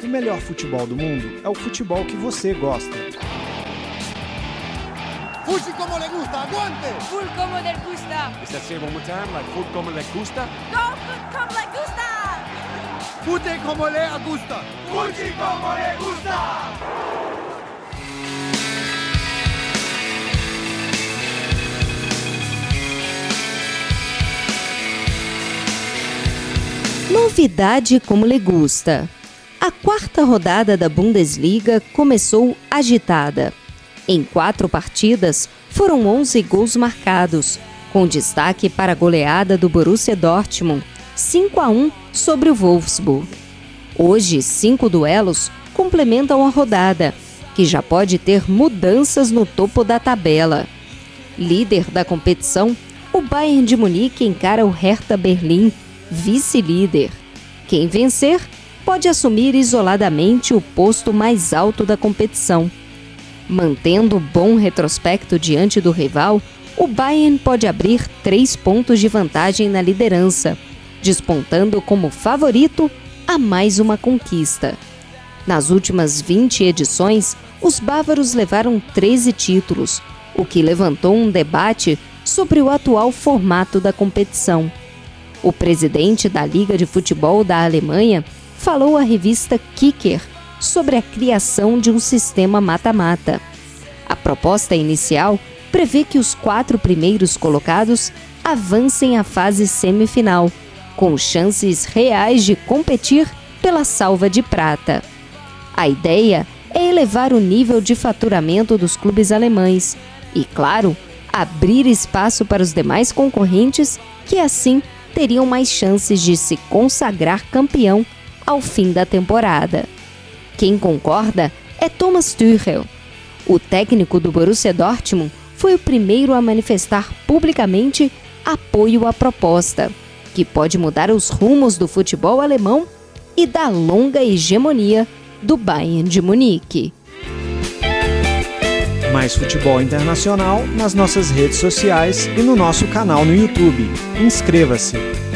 o melhor futebol do mundo é o futebol que você gosta. Fute como le gusta, aguante! Full como le gusta. Is that say one more time, like food como le gusta? Go food como le gusta. Fute como le gusta! Fute como le gusta! Novidade como lhe gusta. A quarta rodada da Bundesliga começou agitada. Em 4 partidas, foram 11 gols marcados, com destaque para a goleada do Borussia Dortmund, 5-1 sobre o Wolfsburg. Hoje, 5 duelos complementam a rodada, que já pode ter mudanças no topo da tabela. Líder da competição, o Bayern de Munique encara o Hertha Berlim, vice-líder. Quem vencer pode assumir isoladamente o posto mais alto da competição. Mantendo bom retrospecto diante do rival, o Bayern pode abrir 3 pontos de vantagem na liderança, despontando como favorito a mais uma conquista. Nas últimas 20 edições, os bávaros levaram 13 títulos, o que levantou um debate sobre o atual formato da competição. O presidente da Liga de Futebol da Alemanha falou à revista Kicker sobre a criação de um sistema mata-mata. A proposta inicial prevê que os 4 primeiros colocados avancem à fase semifinal, com chances reais de competir pela salva de prata. A ideia é elevar o nível de faturamento dos clubes alemães e, claro, abrir espaço para os demais concorrentes que, assim, teriam mais chances de se consagrar campeão ao fim da temporada. Quem concorda é Thomas Tuchel. O técnico do Borussia Dortmund foi o primeiro a manifestar publicamente apoio à proposta, que pode mudar os rumos do futebol alemão e da longa hegemonia do Bayern de Munique. Mais futebol internacional nas nossas redes sociais e no nosso canal no YouTube. Inscreva-se!